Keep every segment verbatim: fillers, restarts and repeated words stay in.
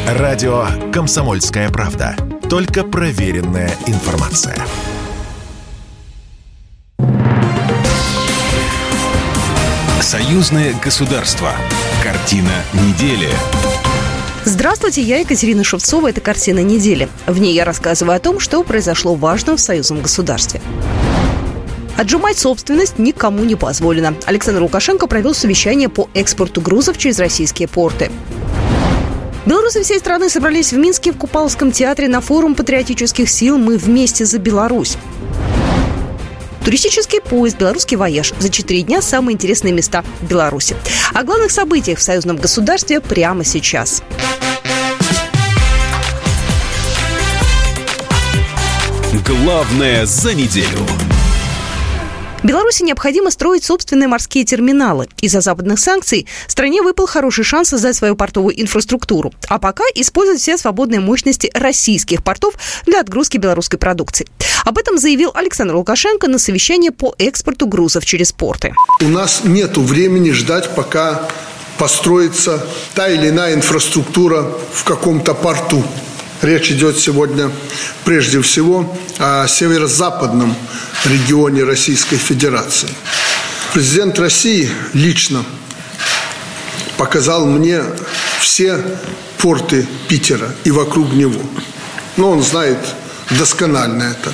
Радио «Комсомольская правда». Только проверенная информация. Союзное государство. Картина недели. Здравствуйте, я Екатерина Шевцова. Это «Картина недели». В ней я рассказываю о том, что произошло важного в союзном государстве. Отжимать собственность никому не позволено. Александр Лукашенко провел совещание по экспорту грузов через российские порты. Белорусы всей страны собрались в Минске в Купаловском театре на форум патриотических сил «Мы вместе за Беларусь». Туристический поезд «Белорусский вояж». За четыре дня самые интересные места в Беларуси. О главных событиях в союзном государстве прямо сейчас. Главное за неделю. Беларуси необходимо строить собственные морские терминалы. Из-за западных санкций стране выпал хороший шанс создать свою портовую инфраструктуру. А пока использовать все свободные мощности российских портов для отгрузки белорусской продукции. Об этом заявил Александр Лукашенко на совещании по экспорту грузов через порты. У нас нет времени ждать, пока построится та или иная инфраструктура в каком-то порту. Речь идет сегодня прежде всего о северо-западном регионе Российской Федерации. Президент России лично показал мне все порты Питера и вокруг него. Но он знает досконально это.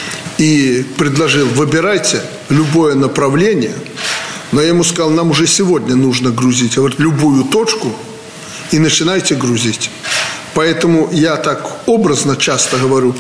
И предложил: выбирайте любое направление. Но я ему сказал: нам уже сегодня нужно грузить. Я говорю, любую точку и начинайте грузить. Поэтому я так образно часто говорю,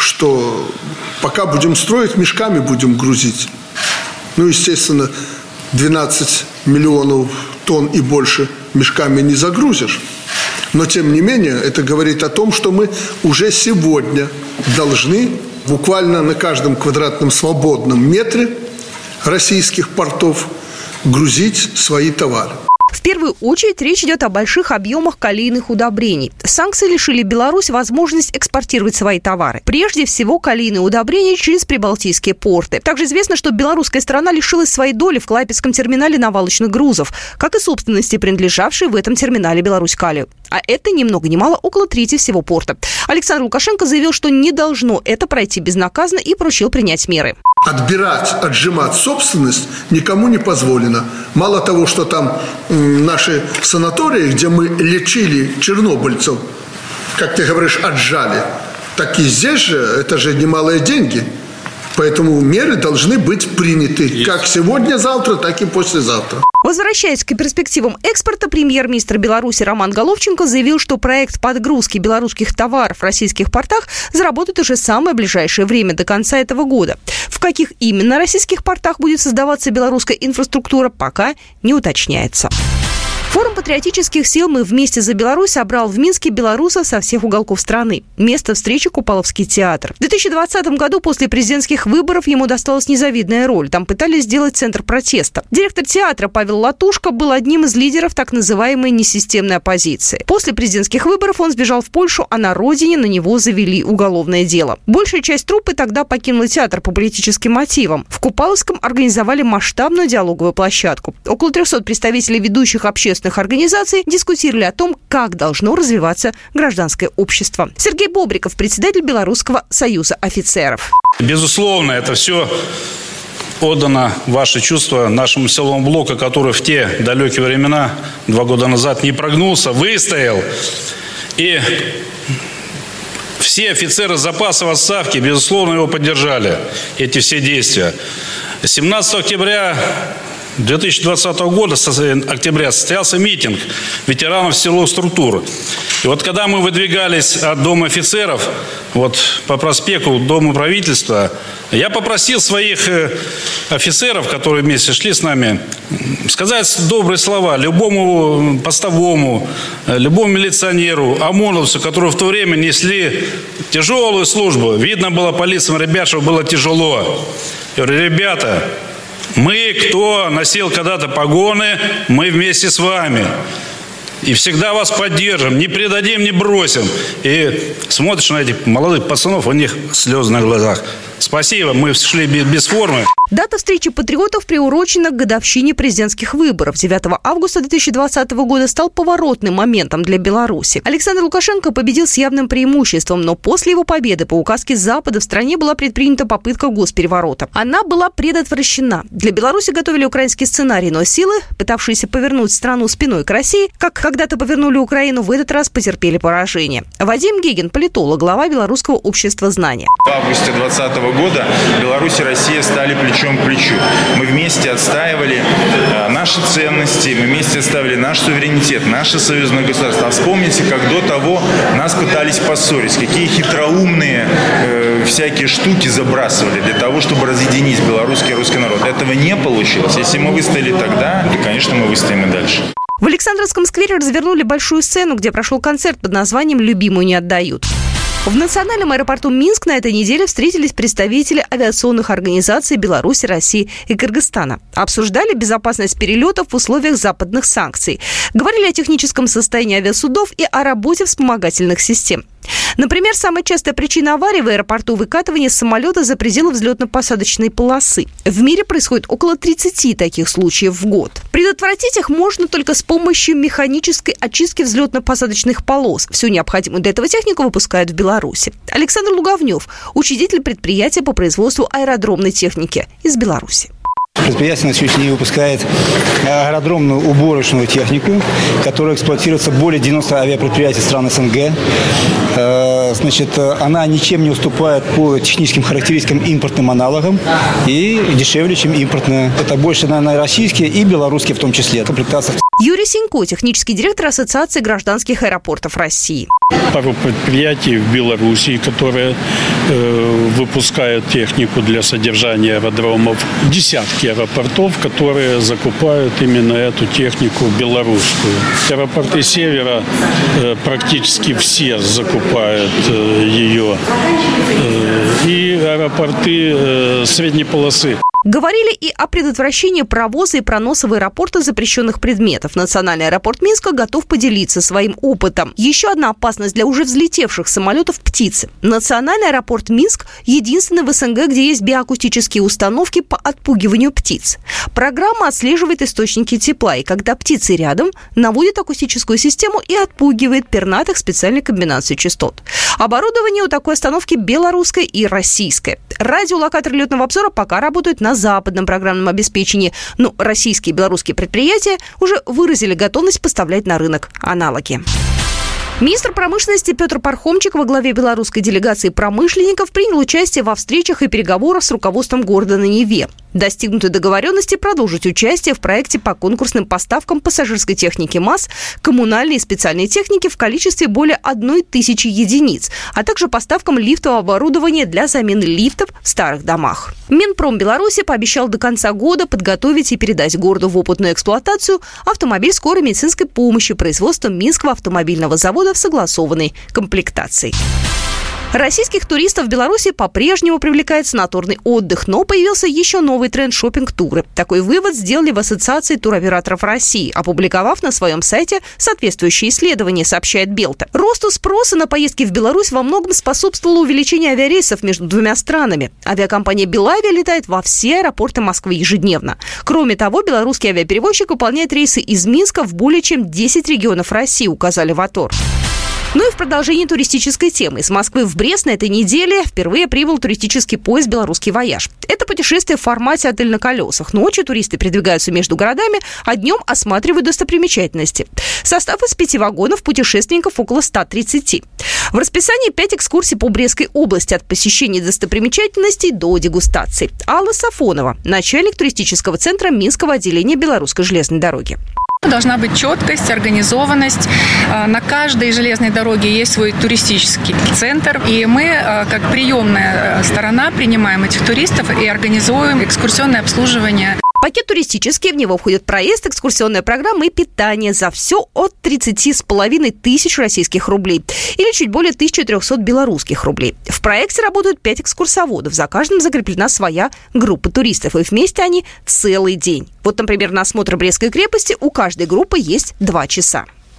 что пока будем строить, мешками будем грузить. Ну, естественно, двенадцать миллионов тонн и больше мешками не загрузишь. Но, тем не менее, это говорит о том, что мы уже сегодня должны буквально на каждом квадратном свободном метре российских портов грузить свои товары. В первую очередь речь идет о больших объемах калийных удобрений. Санкции лишили Беларусь возможность экспортировать свои товары. Прежде всего, калийные удобрения через прибалтийские порты. Также известно, что белорусская сторона лишилась своей доли в Клайпедском терминале навалочных грузов, как и собственности, принадлежавшей в этом терминале Беларусь-Калию. А это ни много ни мало около трети всего порта. Александр Лукашенко заявил, что не должно это пройти безнаказанно и поручил принять меры. Отбирать, отжимать собственность никому не позволено. Мало того, что там м, наши санатории, где мы лечили чернобыльцев, как ты говоришь, отжали, так и здесь же, это же немалые деньги. Поэтому меры должны быть приняты как сегодня-завтра, так и послезавтра. Возвращаясь к перспективам экспорта, премьер-министр Беларуси Роман Головченко заявил, что проект подгрузки белорусских товаров в российских портах заработает уже в самое ближайшее время, до конца этого года. В каких именно российских портах будет создаваться белорусская инфраструктура, пока не уточняется. Форум патриотических сил «Мы вместе за Беларусь» собрал в Минске белорусов со всех уголков страны. Место встречи – Купаловский театр. В две тысячи двадцатом году после президентских выборов ему досталась незавидная роль. Там пытались сделать центр протеста. Директор театра Павел Латушко был одним из лидеров так называемой несистемной оппозиции. После президентских выборов он сбежал в Польшу, а на родине на него завели уголовное дело. Большая часть труппы тогда покинула театр по политическим мотивам. В Купаловском организовали масштабную диалоговую площадку. Около трехсот представителей ведущих общественных организаций дискутировали о том, как должно развиваться гражданское общество. Сергей Бобриков, председатель Белорусского союза офицеров. Безусловно, это все отдано ваши чувства нашему силовому блоку, который в те далекие времена, два года назад, не прогнулся, выстоял. И все офицеры запаса в отставке, безусловно, его поддержали, эти все действия. семнадцатого октября две тысячи двадцатого года, октября, состоялся митинг ветеранов силовых структур. И вот когда мы выдвигались от Дома офицеров, вот по проспекту Дома правительства, я попросил своих офицеров, которые вместе шли с нами, сказать добрые слова любому постовому, любому милиционеру, ОМОНовцу, которые в то время несли тяжелую службу. Видно было по лицам ребят, что было тяжело. Я говорю, ребята, мы, кто носил когда-то погоны, мы вместе с вами. И всегда вас поддержим, не предадим, не бросим. И смотришь на этих молодых пацанов, у них слезы на глазах. Спасибо, мы шли без формы. Дата встречи патриотов приурочена к годовщине президентских выборов. девятого августа две тысячи двадцатого года стал поворотным моментом для Беларуси. Александр Лукашенко победил с явным преимуществом, но после его победы по указке Запада в стране была предпринята попытка госпереворота. Она была предотвращена. Для Беларуси готовили украинский сценарий, но силы, пытавшиеся повернуть страну спиной к России, как когда-то повернули Украину, в этот раз потерпели поражение. Вадим Гегин, политолог, глава Белорусского общества знания. В августе двадцатого года Беларусь и Россия стали плечом к плечу. Мы вместе отстаивали э, наши ценности, мы вместе отстаивали наш суверенитет, наше союзное государство. А вспомните, как до того нас пытались поссорить, какие хитроумные э, всякие штуки забрасывали для того, чтобы разъединить белорусский и русский народ. Этого не получилось. Если мы выстояли тогда, то, конечно, мы выстоим и дальше. В Александровском сквере развернули большую сцену, где прошел концерт под названием «Любимую не отдают». В национальном аэропорту Минск на этой неделе встретились представители авиационных организаций Беларуси, России и Кыргызстана. Обсуждали безопасность перелетов в условиях западных санкций. Говорили о техническом состоянии авиасудов и о работе вспомогательных систем. Например, самая частая причина аварии в аэропорту – выкатывание самолета за пределы взлетно-посадочной полосы. В мире происходит около тридцати таких случаев в год. Предотвратить их можно только с помощью механической очистки взлетно-посадочных полос. Всю необходимую для этого технику выпускают в Беларуси. Александр Луговнев, учредитель предприятия по производству аэродромной техники из Беларуси. Предприятие на сегодняшний день выпускает аэродромную уборочную технику, которая эксплуатируется более девяноста авиапредприятий стран СНГ. Значит, она ничем не уступает по техническим характеристикам импортным аналогам и дешевле, чем импортная. Это больше, наверное, российские и белорусские в том числе. Комплектация. Юрий Синько, технический директор Ассоциации гражданских аэропортов России. Пару предприятий в Беларуси, которые э, выпускают технику для содержания аэродромов. Десятки аэропортов, которые закупают именно эту технику белорусскую. Аэропорты Севера э, практически все закупают э, ее. Э, и аэропорты э, средней полосы. Говорили и о предотвращении провоза и проноса в аэропорты запрещенных предметов. Национальный аэропорт Минска готов поделиться своим опытом. Еще одна опасность для уже взлетевших самолетов – птицы. Национальный аэропорт Минск – единственный в СНГ, где есть биоакустические установки по отпугиванию птиц. Программа отслеживает источники тепла, и когда птицы рядом, наводит акустическую систему и отпугивает пернатых специальной комбинацией частот. Оборудование у такой остановки белорусское и российское. Радиолокатор летного обзора пока работают на западном программном обеспечении, но российские и белорусские предприятия уже выразили готовность поставлять на рынок аналоги. Министр промышленности Петр Пархомчик во главе белорусской делегации промышленников принял участие во встречах и переговорах с руководством города на Неве. Достигнуты договоренности продолжить участие в проекте по конкурсным поставкам пассажирской техники МАЗ, коммунальной и специальной техники в количестве более одной тысячи единиц, а также поставкам лифтового оборудования для замены лифтов в старых домах. Минпром Беларуси пообещал до конца года подготовить и передать городу в опытную эксплуатацию автомобиль скорой медицинской помощи производством Минского автомобильного завода в согласованной комплектации. Российских туристов в Беларуси по-прежнему привлекает санаторный отдых, но появился еще новый тренд – шопинг-туры. Такой вывод сделали в Ассоциации туроператоров России, опубликовав на своем сайте соответствующее исследование, сообщает Белта. Росту спроса на поездки в Беларусь во многом способствовало увеличение авиарейсов между двумя странами. Авиакомпания «Белавиа» летает во все аэропорты Москвы ежедневно. Кроме того, белорусский авиаперевозчик выполняет рейсы из Минска в более чем десять регионов России, указали в АТОР. Ну и в продолжении туристической темы. Из Москвы в Брест на этой неделе впервые прибыл туристический поезд «Белорусский вояж». Это путешествие в формате «Отель на колесах». Ночью туристы передвигаются между городами, а днем осматривают достопримечательности. Состав из пяти вагонов, путешественников около ста тридцати. В расписании пять экскурсий по Брестской области от посещения достопримечательностей до дегустаций. Алла Сафонова, начальник туристического центра Минского отделения Белорусской железной дороги. Должна быть четкость, организованность. На каждой железной дороге есть свой туристический центр. И мы, как приемная сторона, принимаем этих туристов и организуем экскурсионное обслуживание. Пакет туристический, в него входит проезд, экскурсионная программа и питание за все от тридцати с половиной тысяч российских рублей или чуть более тысячи трехсот белорусских рублей. В проекте работают пять экскурсоводов, за каждым закреплена своя группа туристов, и вместе они целый день. Вот, например, на осмотр Брестской крепости у каждой группы есть два часа.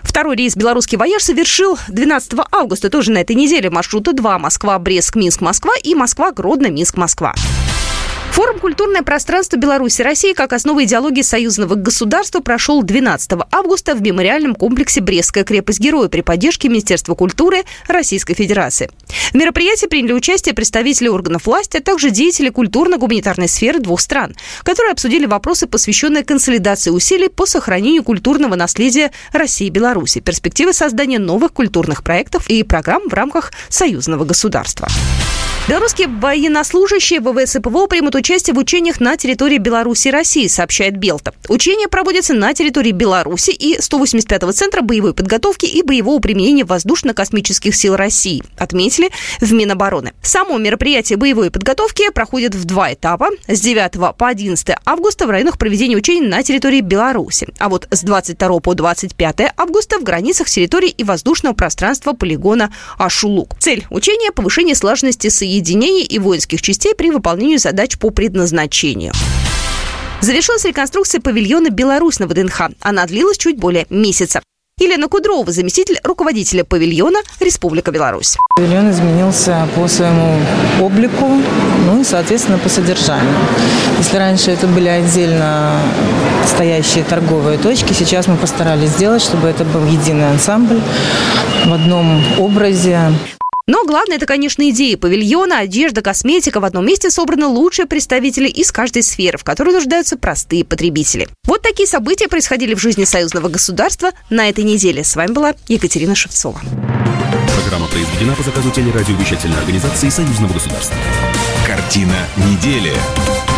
Второй рейс «Белорусский вояж» совершил двенадцатого августа, тоже на этой неделе, маршруты два: Москва-Брест, Минск-Москва и Москва-Гродно, Минск-Москва. Форум «Культурное пространство Беларуси России» как основа идеологии союзного государства прошел двенадцатого августа в мемориальном комплексе «Брестская крепость-героя» при поддержке Министерства культуры Российской Федерации. В мероприятии приняли участие представители органов власти, а также деятели культурно-гуманитарной сферы двух стран, которые обсудили вопросы, посвященные консолидации усилий по сохранению культурного наследия России и Беларуси, перспективы создания новых культурных проектов и программ в рамках союзного государства. Белорусские военнослужащие ВВС и ПВО примут участие в учениях на территории Беларуси и России, сообщает Белта. Учения проводятся на территории Беларуси и сто восемьдесят пятого центра боевой подготовки и боевого применения воздушно-космических сил России, отметили в Минобороны. Само мероприятие боевой подготовки проходит в два этапа: с девятого по одиннадцатое августа в районах проведения учений на территории Беларуси, а вот с двадцать второго по двадцать пятое августа в границах территории и воздушного пространства полигона Ашулук. Цель учения – повышение слаженности соединений и воинских частей при выполнении задач по предназначению. Завершилась реконструкция павильона «Беларусь» на ВДНХ. Она длилась чуть более месяца. Елена Кудрова, заместитель руководителя павильона «Республика Беларусь». Павильон изменился по своему облику, ну и, соответственно, по содержанию. Если раньше это были отдельно стоящие торговые точки, сейчас мы постарались сделать, чтобы это был единый ансамбль в одном образе. Но главное, это, конечно, идеи павильона, одежда, косметика. В одном месте собраны лучшие представители из каждой сферы, в которой нуждаются простые потребители. Вот такие события происходили в жизни союзного государства на этой неделе. С вами была Екатерина Шевцова. Программа произведена по заказу телерадиовещательной организации союзного государства. Картина недели.